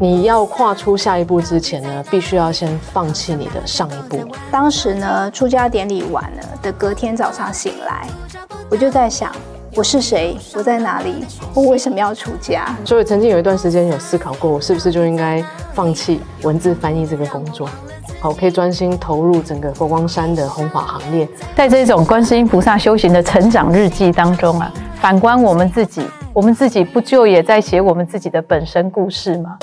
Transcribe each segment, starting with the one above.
你要跨出下一步之前呢，必须要先放弃你的上一步。 当时呢，出家典礼完了的隔天早上醒来，我就在想，我是谁？我在哪里？我为什么要出家？ 所以曾经有一段时间有思考过，我是不是就应该放弃文字翻译这个工作，好，可以专心投入整个佛光山的弘法行列。 在这种观世音菩萨修行的成长日记当中啊，反观我们自己不就也在写我们自己的本身故事吗？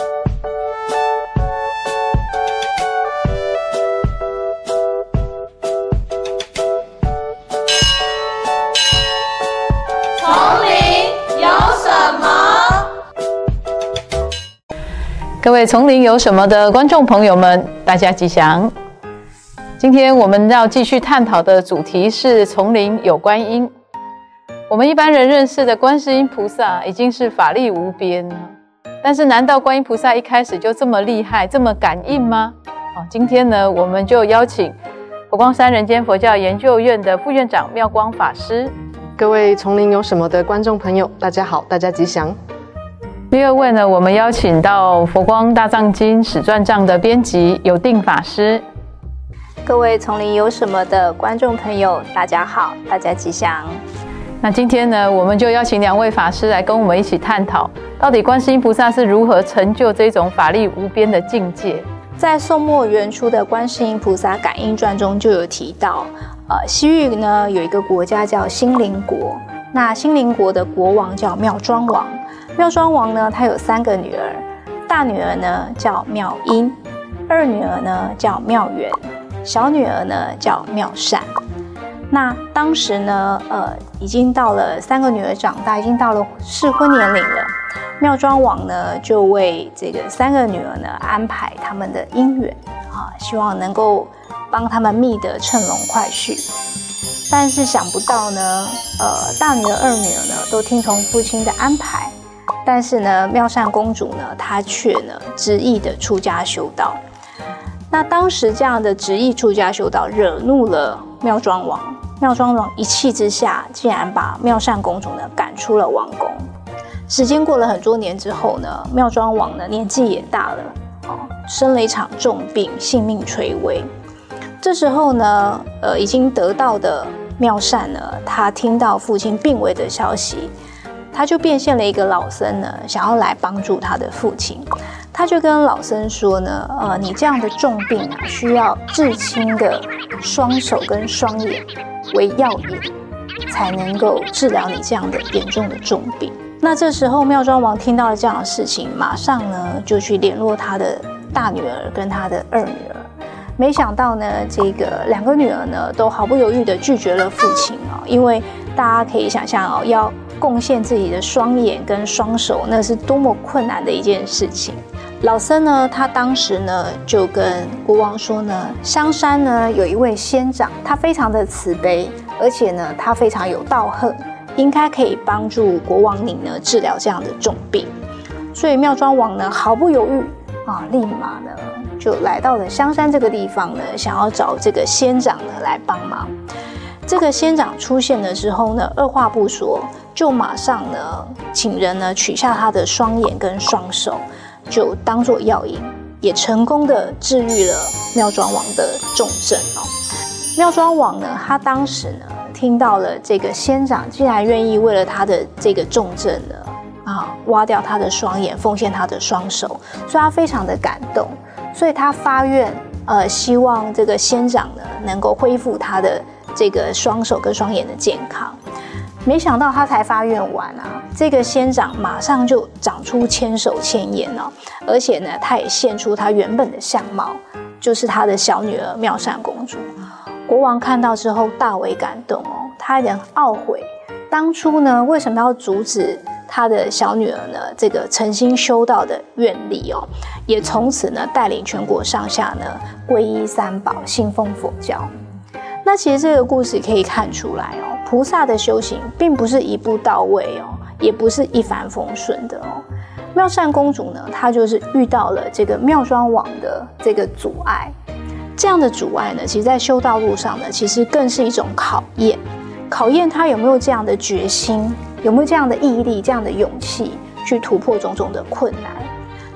各位丛林有什么的观众朋友们，大家吉祥。今天我们要继续探讨的主题是丛林有观音。我们一般人认识的观世音菩萨已经是法力无边了，但是难道观音菩萨一开始就这么厉害，这么感应吗？今天呢，我们就邀请佛光山人间佛教研究院的副院长妙光法师。 各位丛林有什么的观众朋友，大家好，大家吉祥。 第二位呢，我们邀请到佛光大藏经史传藏的编辑有定法师。 各位丛林有什么的观众朋友，大家好，大家吉祥。 那今天呢，我们就邀请两位法师来跟我们一起探讨，到底观世音菩萨是如何成就这种法力无边的境界。 在宋末元初的观世音菩萨感应传中就有提到，西域呢有一个国家叫兴灵国，那兴灵国的国王叫妙庄王。妙庄王呢，他有3个女儿，大女儿呢叫妙音，二女儿呢叫妙缘，小女儿呢叫妙善。那当时呢，已经到了3个女儿长大，已经到了适婚年龄了。妙庄王呢，就为这个3个女儿呢安排他们的姻缘希望能够帮他们觅得乘龙快婿。但是想不到呢，大女儿、二女儿呢都听从父亲的安排。但是呢，妙善公主呢，她却呢执意的出家修道。那当时这样的执意出家修道，惹怒了妙庄王。妙庄王一气之下，竟然把妙善公主呢赶出了王宫。时间过了很多年之后呢，妙庄王呢年纪也大了，生了一场重病，性命垂危。这时候呢，已经得道的妙善呢，他听到父亲病危的消息。他就变现了一个老僧呢，想要来帮助他的父亲。他就跟老僧说呢，你这样的重病啊，需要至亲的双手跟双眼为药引，才能够治疗你这样的严重的重病。那这时候妙庄王听到了这样的事情，马上呢就去联络他的大女儿跟他的二女儿。没想到呢，这个2个女儿呢都毫不犹豫地拒绝了父亲因为大家可以想象要贡献自己的双眼跟双手，那是多么困难的一件事情。老僧呢，他当时呢就跟国王说呢，香山呢有一位仙长，他非常的慈悲，而且呢他非常有道行，应该可以帮助国王您呢治疗这样的重病。所以妙庄王呢毫不犹豫立马呢就来到了香山这个地方呢，想要找这个仙长呢来帮忙。这个仙长出现了之后呢，二话不说，就马上呢请人呢取下他的双眼跟双手，就当作药引，也成功的治愈了妙庄王的重症妙庄王呢，他当时呢听到了这个仙长竟然愿意为了他的这个重症呢挖掉他的双眼，奉献他的双手，所以他非常的感动，所以他发愿希望这个仙长呢能够恢复他的这个双手跟双眼的健康。没想到他才发愿完这个仙长马上就长出千手千眼而且呢，他也现出他原本的相貌，就是他的小女儿妙善公主。国王看到之后大为感动他也懊悔当初呢为什么要阻止他的小女儿呢这个诚心修道的愿力也从此呢带领全国上下呢皈依三宝，信奉佛教。那其实这个故事可以看出来菩萨的修行并不是一步到位也不是一帆风顺的妙善公主呢，她就是遇到了这个妙庄王的这个阻碍。这样的阻碍呢，其实在修道路上呢，其实更是一种考验，考验她有没有这样的决心，有没有这样的毅力，这样的勇气去突破种种的困难。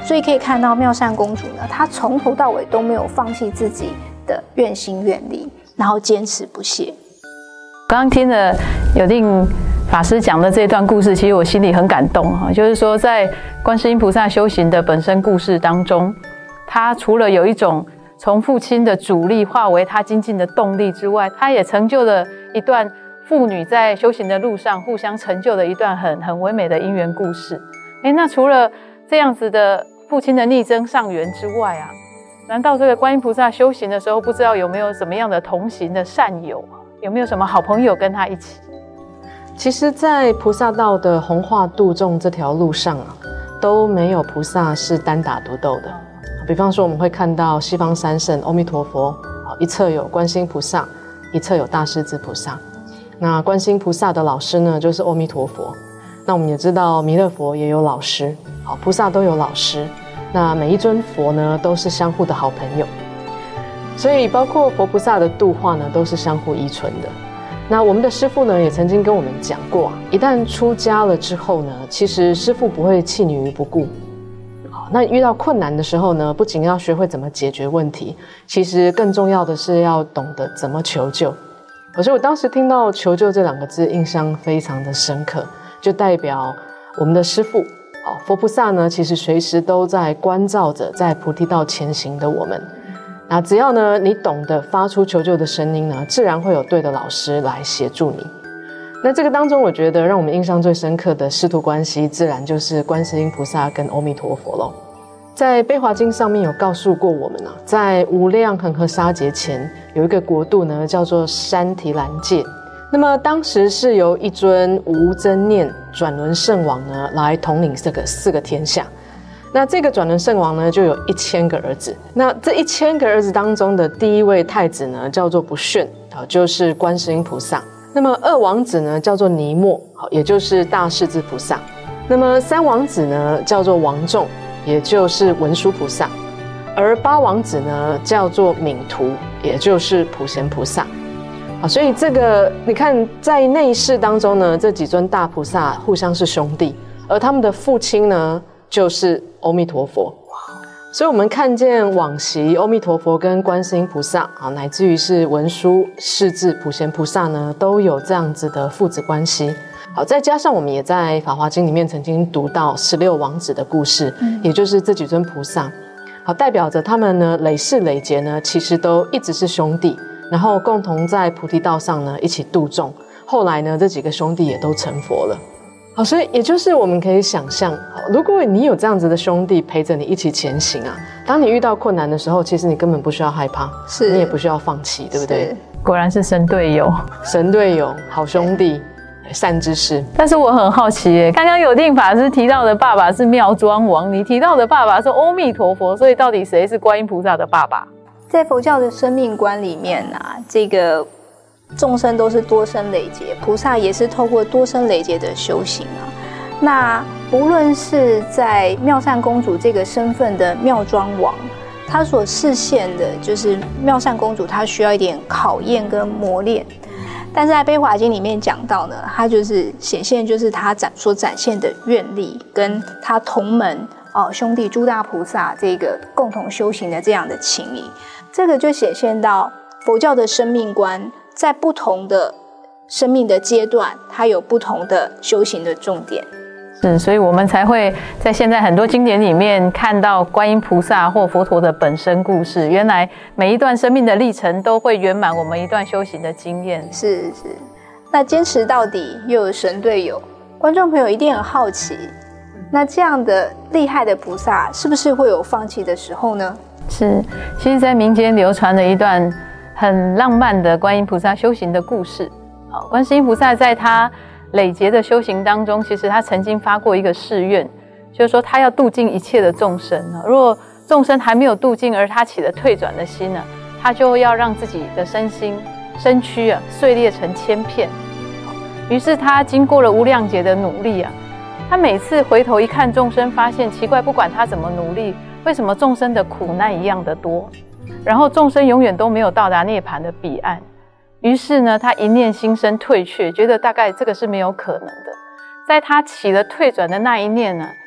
所以可以看到妙善公主呢，她从头到尾都没有放弃自己的愿心愿力，然后坚持不懈。 刚刚听了有定法师讲的这段故事，其实我心里很感动哈。就是说，在观世音菩萨修行的本身故事当中，他除了有一种从父亲的阻力化为他精进的动力之外，他也成就了一段父女在修行的路上互相成就的一段很唯美的因缘故事。那除了这样子的父亲的逆增上缘之外啊，难道这个观音菩萨修行的时候，不知道有没有什么样的同行的善友，有没有什么好朋友跟他一起？ 其实在菩萨道的弘化度众这条路上啊，都没有菩萨是单打独斗的。比方说我们会看到西方三圣阿弥陀佛，一侧有观世音菩萨，一侧有大势至菩萨。那观世音菩萨的老师呢，就是阿弥陀佛。那我们也知道弥勒佛也有老师，菩萨都有老师。那每一尊佛呢，都是相互的好朋友。所以包括佛菩萨的度化呢，都是相互依存的。那我们的师父呢，也曾经跟我们讲过，一旦出家了之后呢，其实师父不会弃你于不顾。那遇到困难的时候呢，不仅要学会怎么解决问题，其实更重要的是要懂得怎么求救。所以我当时听到求救这两个字，印象非常的深刻，就代表我们的师父佛菩萨呢，其实随时都在关照着在菩提道前行的我们。那只要呢，你懂得发出求救的声音呢，自然会有对的老师来协助你。那这个当中，我觉得让我们印象最深刻的师徒关系，自然就是观世音菩萨跟阿弥陀佛咯。在《悲华经》上面有告诉过我们啊，在无量恒河沙劫前，有一个国度呢，叫做山提兰界。那么当时是由一尊无真念转轮圣王呢，来统领这个4个天下。那这个转轮圣王呢，就有1000个儿子。那这1000个儿子当中的第一位太子呢，叫做不炫，就是观世音菩萨。那么2王子呢，叫做尼莫，也就是大势至菩萨。那么3王子呢，叫做王众，也就是文殊菩萨。而8王子呢，叫做敏图，也就是普贤菩萨。所以这个你看，在内世当中呢，这几尊大菩萨互相是兄弟，而他们的父亲呢，就是阿弥陀佛。所以我们看见往昔阿弥陀佛跟观世音菩萨乃至于是文殊、势至、普贤菩萨呢，都有这样子的父子关系。好，再加上我们也在《法华经》里面曾经读到16王子的故事，也就是这几尊菩萨，好，代表着他们呢累世累劫呢，其实都一直是兄弟，然后共同在菩提道上呢一起度众。后来呢，这几个兄弟也都成佛了。好，所以也就是我们可以想象，如果你有这样子的兄弟陪着你一起前行啊，当你遇到困难的时候，其实你根本不需要害怕，你也不需要放弃，对不对？ 果然是神队友， 神队友，好兄弟，善知识。 但是我很好奇耶，刚刚有定法师提到的爸爸是妙庄王，你提到的爸爸是阿弥陀佛，所以到底谁是观音菩萨的爸爸？ 在佛教的生命观里面啊，这个众生都是多生累劫，菩萨也是透过多生累劫的修行啊。那无论是在妙善公主这个身份的妙庄王，他所示现的就是妙善公主，她需要一点考验跟磨练。但是在《悲华经》里面讲到呢，他就是显现，就是他所展现的愿力，跟他同门兄弟诸大菩萨这个共同修行的这样的情谊，这个就显现到佛教的生命观，在不同的生命的阶段，它有不同的修行的重点。 所以我们才会在现在很多经典里面看到观音菩萨或佛陀的本身故事。原来每一段生命的历程都会圆满我们一段修行的经验。 是。那坚持到底又有神队友，观众朋友一定很好奇，那这样的厉害的菩萨是不是会有放弃的时候呢？ 是，其实在民间流传了一段很浪漫的观音菩萨修行的故事。观世音菩萨在他累劫的修行当中，其实他曾经发过一个誓愿，就是说他要度尽一切的众生。如果众生还没有度尽，而他起了退转的心呢，他就要让自己的身躯碎裂成千片。于是他经过了无量劫的努力他每次回头一看众生，发现奇怪，不管他怎么努力，为什么众生的苦难一样的多，然后众生永远都没有到达涅槃的彼岸。于是呢，他一念心生退却，觉得大概这个是没有可能的。在他起了退转的那一念呢，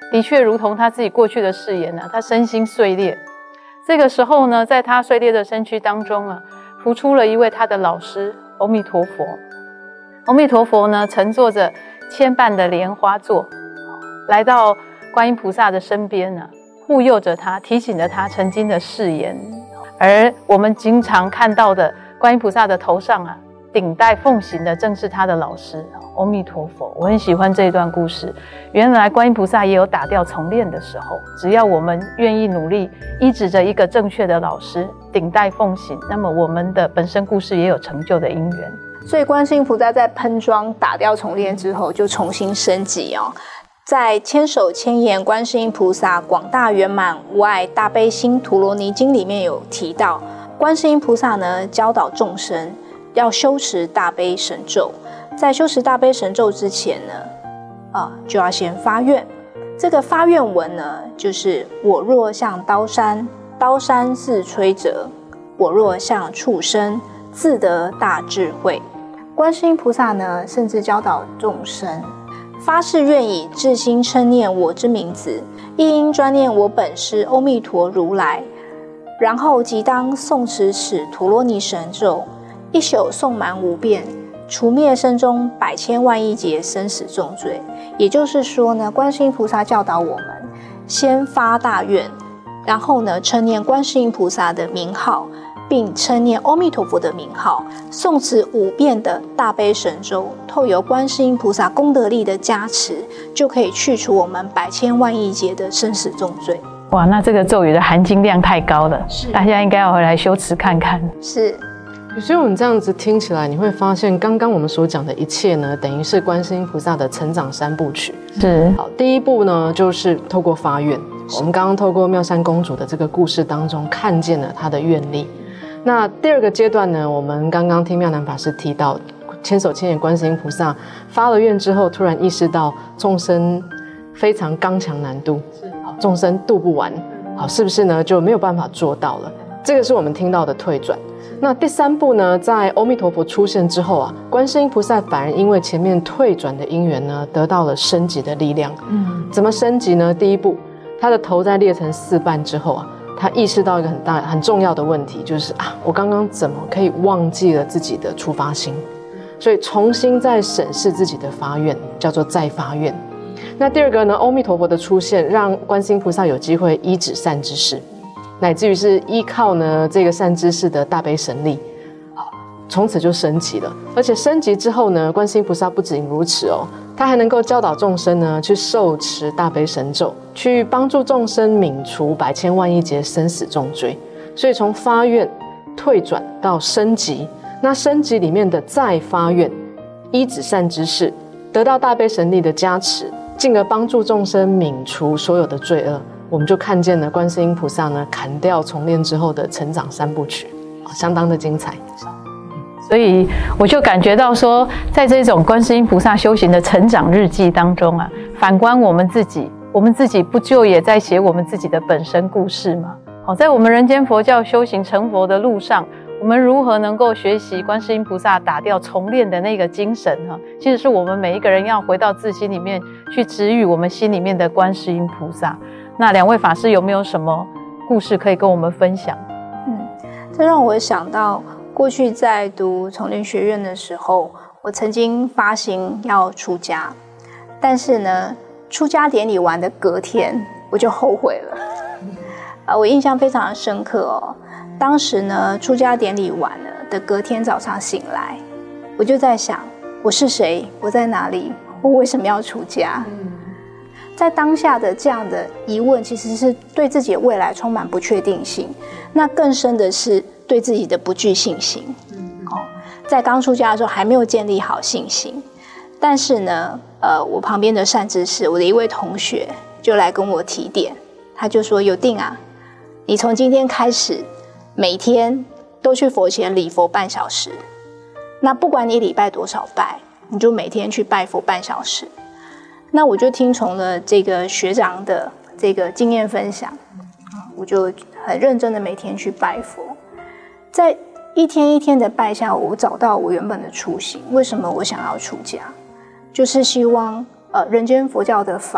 的确如同他自己过去的誓言他身心碎裂。这个时候呢，在他碎裂的身躯当中浮出了一位他的老师阿弥陀佛。阿弥陀佛呢，乘坐着千瓣的莲花座，来到观音菩萨的身边护佑着他，提醒着他曾经的誓言。而我们经常看到的观音菩萨的头上顶戴奉行的正是他的老师阿弥陀佛。我很喜欢这一段故事，原来观音菩萨也有打掉重练的时候，只要我们愿意努力，依止着一个正确的老师顶戴奉行，那么我们的本身故事也有成就的因缘。 所以观世音菩萨在喷装打掉重练之后就重新升级在千手千眼观世音菩萨广大圆满无碍大悲心陀罗尼经里面有提到，观世音菩萨呢教导众生要修持大悲神咒，在修持大悲神咒之前呢就要先发愿。这个发愿文呢就是我若向刀山，刀山自摧折；我若向畜生，自得大智慧。观世音菩萨呢甚至教导众生发誓愿以至心称念我之名字，一应专念我本师阿弥陀如来，然后即当诵持此陀罗尼神咒，一宿诵满5遍，除灭身中百千万亿劫生死重罪。也就是说呢，观世音菩萨教导我们先发大愿，然后呢称念观世音菩萨的名号，并称念阿弥陀佛的名号，诵持5遍的大悲神咒，透由观世音菩萨功德力的加持，就可以去除我们百千万亿劫的生死重罪。 哇，那这个咒语的含金量太高了，大家应该要回来修持看看。 是， 所以我们这样子听起来，你会发现刚刚我们所讲的一切呢，等于是观世音菩萨的成长3部曲。 是， 好，第一步呢就是透过发愿，我们刚刚透过妙山公主的这个故事当中看见了她的愿力。那第2个阶段呢，我们刚刚听妙南法师提到，千手千眼观世音菩萨发了愿之后，突然意识到众生非常刚强难度，众生渡不完，好，是不是呢就没有办法做到了？这个是我们听到的退转。那第3步呢，在阿弥陀佛出现之后观世音菩萨反而因为前面退转的因缘呢，得到了升级的力量。怎么升级呢？第1步，他的头在裂成4瓣之后他意识到一个很重要的问题，就是我刚刚怎么可以忘记了自己的出发心？所以重新再审视自己的发愿，叫做再发愿。那第2个呢，阿弥陀佛的出现，让观世音菩萨有机会依止善知识，乃至于是依靠呢这个善知识的大悲神力，从此就升级了。而且升级之后呢，观世音菩萨不仅如此他还能够教导众生呢去受持大悲神咒，去帮助众生泯除百千万亿劫生死重罪。所以从发愿退转到升级，那升级里面的再发愿，依止善知识，得到大悲神力的加持，进而帮助众生泯除所有的罪恶，我们就看见了观世音菩萨呢砍掉重练之后的成长3部曲，相当的精彩。 所以我就感觉到说，在这种观世音菩萨修行的成长日记当中反观我们自己不就也在写我们自己的本身故事吗？在我们人间佛教修行成佛的路上，我们如何能够学习观世音菩萨打掉重练的那个精神其实是我们每一个人要回到自心里面去指予我们心里面的观世音菩萨。那2位法师有没有什么故事可以跟我们分享？ 这让我想到过去在读丛林学院的时候，我曾经发心要出家，但是呢，出家典礼完的隔天我就后悔了。我印象非常的深刻当时呢，出家典礼完了的隔天早上醒来，我就在想，我是谁？我在哪里？我为什么要出家？在当下的这样的疑问，其实是对自己的未来充满不确定性。那更深的是对自己的不具信心。在刚出家的时候还没有建立好信心，但是呢，我旁边的善知识，我的一位同学就来跟我提点，他就说：“有定你从今天开始，每天都去佛前礼佛半小时。那不管你礼拜多少拜，你就每天去拜佛半小时。”那我就听从了这个学长的这个经验分享，我就很认真的每天去拜佛。在一天一天的拜下，我找到我原本的初心。为什么我想要出家？就是希望人间佛教的法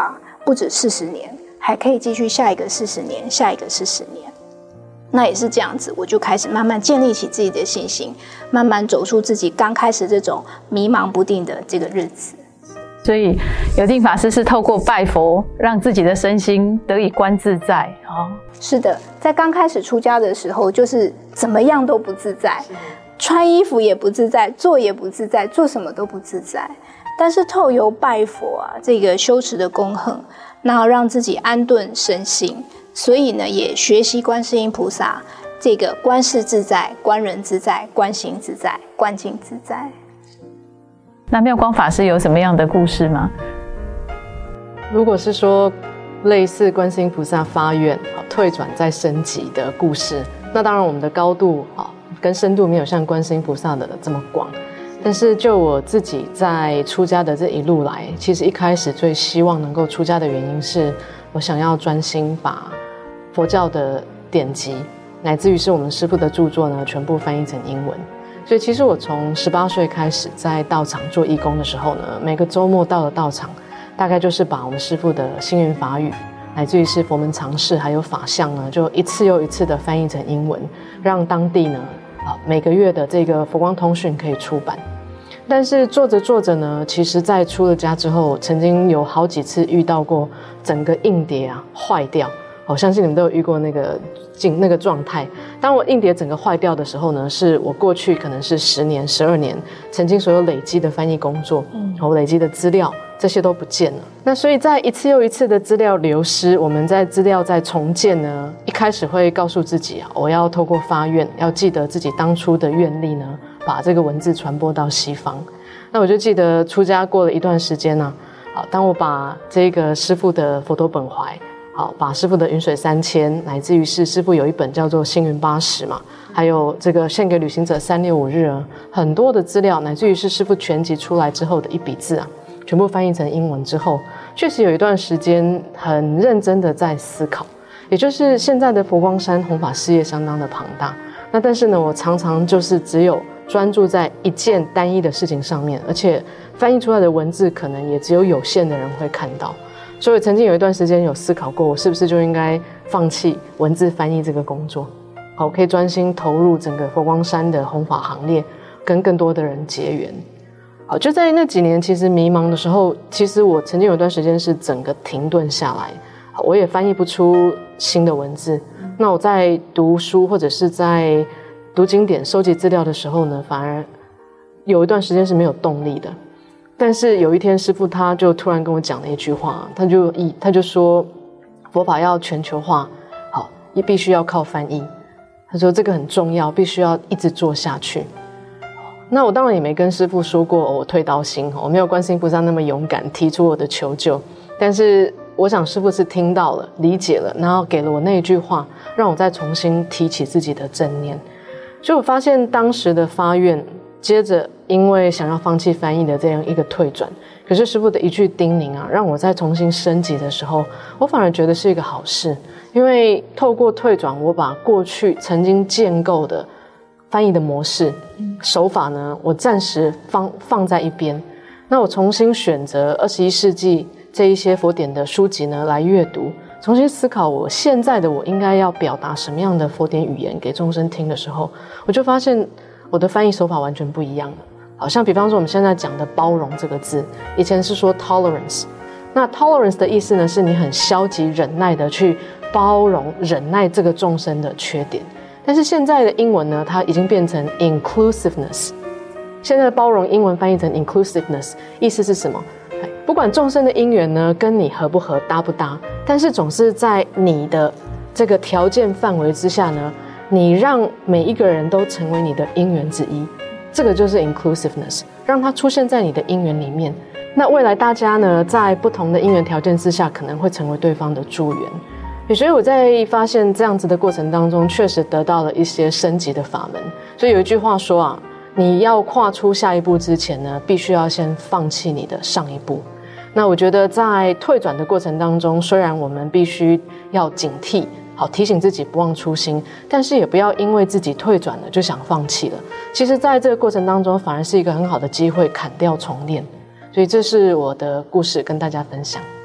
不止40年，还可以继续下一个40年，下一个40年。那也是这样子，我就开始慢慢建立起自己的信心，慢慢走出自己刚开始这种迷茫不定的这个日子。 所以有定法师是透过拜佛，让自己的身心得以观自在。哦， 是的，在刚开始出家的时候，就是怎么样都不自在，穿衣服也不自在，坐也不自在，做什么都不自在。但是透由拜佛啊，这个修持的功行，那让自己安顿身心。所以呢，也学习观世音菩萨这个观世自在、观人自在、观行自在、观境自在。 那妙光法师有什么样的故事吗？ 如果是说类似观世音菩萨发愿退转再升级的故事，那当然我们的高度跟深度没有像观世音菩萨的这么广。但是就我自己在出家的这一路来，其实一开始最希望能够出家的原因是我想要专心把佛教的典籍，乃至于是我们师父的著作呢，全部翻译成英文。所以其实我从18岁开始在道场做义工的时候呢，每个周末到了道场，大概就是把我们师父的星云法语，乃至于是佛门常识还有法相呢，就一次又一次的翻译成英文，让当地呢每个月的这个佛光通讯可以出版。但是做着做着呢，其实在出了家之后，曾经有好几次遇到过整个硬碟坏掉。我相信你们都有遇过那个状态。当我硬碟整个坏掉的时候呢，是我过去可能是10年、12年曾经所有累积的翻译工作，我累积的资料，这些都不见了。那所以在一次又一次的资料流失，我们在资料在重建呢，一开始会告诉自己我要透过发愿，要记得自己当初的愿力呢，把这个文字传播到西方。那我就记得出家过了一段时间呢，当我把这个师父的佛陀本怀，把师父的云水3000，乃至于是师父有一本叫做星云80嘛，还有这个献给旅行者365日很多的资料，乃至于是师父全集出来之后的一笔字全部翻译成英文之后，确实有一段时间很认真的在思考，也就是现在的佛光山弘法事业相当的庞大，那但是呢，我常常就是只有专注在一件单一的事情上面，而且翻译出来的文字可能也只有有限的人会看到。所以我曾经有一段时间有思考过，我是不是就应该放弃文字翻译这个工作，我可以专心投入整个佛光山的弘法行列，跟更多的人结缘。就在那几年其实迷茫的时候，其实我曾经有一段时间是整个停顿下来，我也翻译不出新的文字。那我在读书或者是在读经典收集资料的时候呢，反而有一段时间是没有动力的。但是有一天师父他就突然跟我讲了一句话，他就说佛法要全球化，也必须要靠翻译。他说这个很重要，必须要一直做下去。那我当然也没跟师父说过我退道心，我没有观世音菩萨那么勇敢提出我的求救，但是我想师父是听到了理解了，然后给了我那一句话，让我再重新提起自己的正念。所以我发现当时的发愿，接着因为想要放弃翻译的这样一个退转，可是师父的一句叮咛让我再重新升级的时候，我反而觉得是一个好事。因为透过退转，我把过去曾经建构的翻译的模式手法呢，我暂时放在一边。那我重新选择21世纪这一些佛典的书籍呢来阅读，重新思考我现在的我应该要表达什么样的佛典语言给众生听的时候，我就发现我的翻译手法完全不一样了。好像比方说我们现在讲的包容这个字，以前是说 tolerance， 那 tolerance 的意思呢，是你很消极忍耐的去包容忍耐这个众生的缺点。但是现在的英文呢，它已经变成 inclusiveness。现在的包容英文翻译成 inclusiveness， 意思是什么？不管众生的因缘呢跟你合不合搭不搭，但是总是在你的这个条件范围之下呢，你让每一个人都成为你的因缘之一，这个就是 inclusiveness， 让它出现在你的因缘里面。那未来大家呢在不同的因缘条件之下，可能会成为对方的助缘。所以我在发现这样子的过程当中，确实得到了一些升级的法门。所以有一句话说你要跨出下一步之前呢，必须要先放弃你的上一步。那我觉得在退转的过程当中，虽然我们必须要警惕，提醒自己不忘初心，但是也不要因为自己退转了就想放弃了。其实在这个过程当中，反而是一个很好的机会，砍掉重练。所以这是我的故事跟大家分享。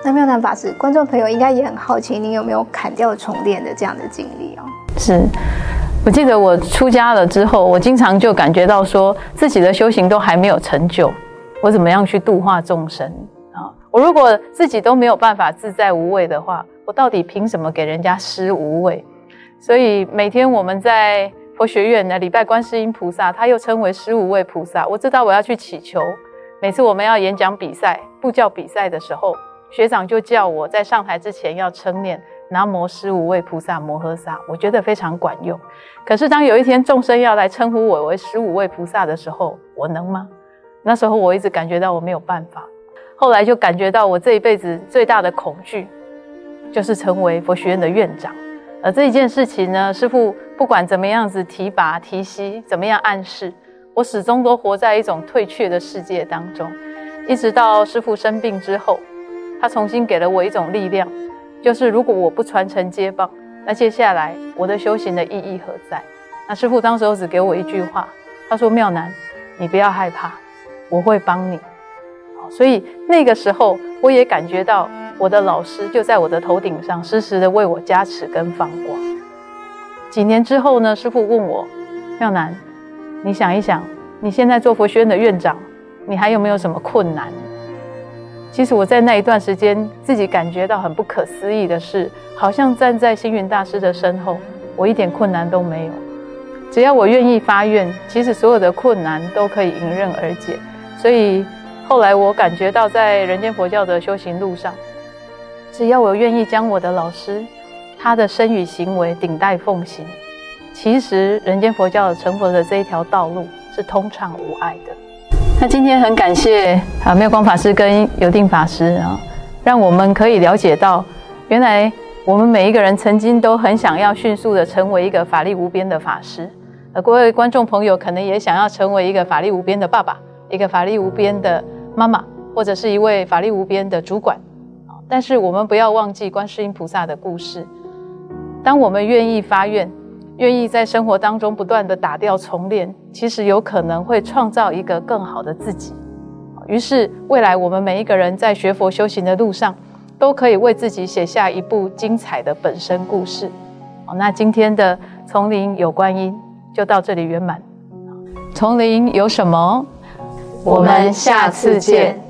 那妙南法师，观众朋友应该也很好奇，您有没有砍掉重练的这样的经历哦？ 是，我记得我出家了之后，我经常就感觉到说自己的修行都还没有成就，我怎么样去度化众生啊？我如果自己都没有办法自在无畏的话，我到底凭什么给人家施无畏？所以每天我们在佛学院呢礼拜观世音菩萨，他又称为施无畏菩萨。我知道我要去祈求，每次我们要演讲比赛、布教比赛的时候，学长就叫我在上台之前要称念南无施无畏菩萨摩诃萨，我觉得非常管用。可是当有一天众生要来称呼我为施无畏菩萨的时候，我能吗？那时候我一直感觉到我没有办法。后来就感觉到我这一辈子最大的恐惧就是成为佛学院的院长。而这一件事情呢，师父不管怎么样子提拔提携，怎么样暗示，我始终都活在一种退却的世界当中。一直到师父生病之后，他重新给了我一种力量，就是如果我不传承接棒，那接下来我的修行的意义何在？那师父当时候只给我一句话，他说：妙南，你不要害怕，我会帮你。所以那个时候我也感觉到我的老师就在我的头顶上，时时的为我加持跟放光。几年之后呢，师父问我：妙南，你想一想，你现在做佛学院的院长，你还有没有什么困难？其实我在那一段时间自己感觉到很不可思议的是，好像站在星云大师的身后，我一点困难都没有。只要我愿意发愿，其实所有的困难都可以迎刃而解。所以后来我感觉到在人间佛教的修行路上，只要我愿意将我的老师他的身语行为顶戴奉行，其实人间佛教的成佛的这一条道路是通畅无碍的。那今天很感谢妙光法师跟有定法师让我们可以了解到，原来我们每一个人曾经都很想要迅速的成为一个法力无边的法师，各位观众朋友可能也想要成为一个法力无边的爸爸，一个法力无边的妈妈，或者是一位法力无边的主管。但是我们不要忘记观世音菩萨的故事。当我们愿意发愿，愿意在生活当中不断的打掉重练，其实有可能会创造一个更好的自己。于是未来我们每一个人在学佛修行的路上，都可以为自己写下一部精彩的本身故事。那今天的丛林有观音就到这里圆满。丛林有什么？ 我们下次见。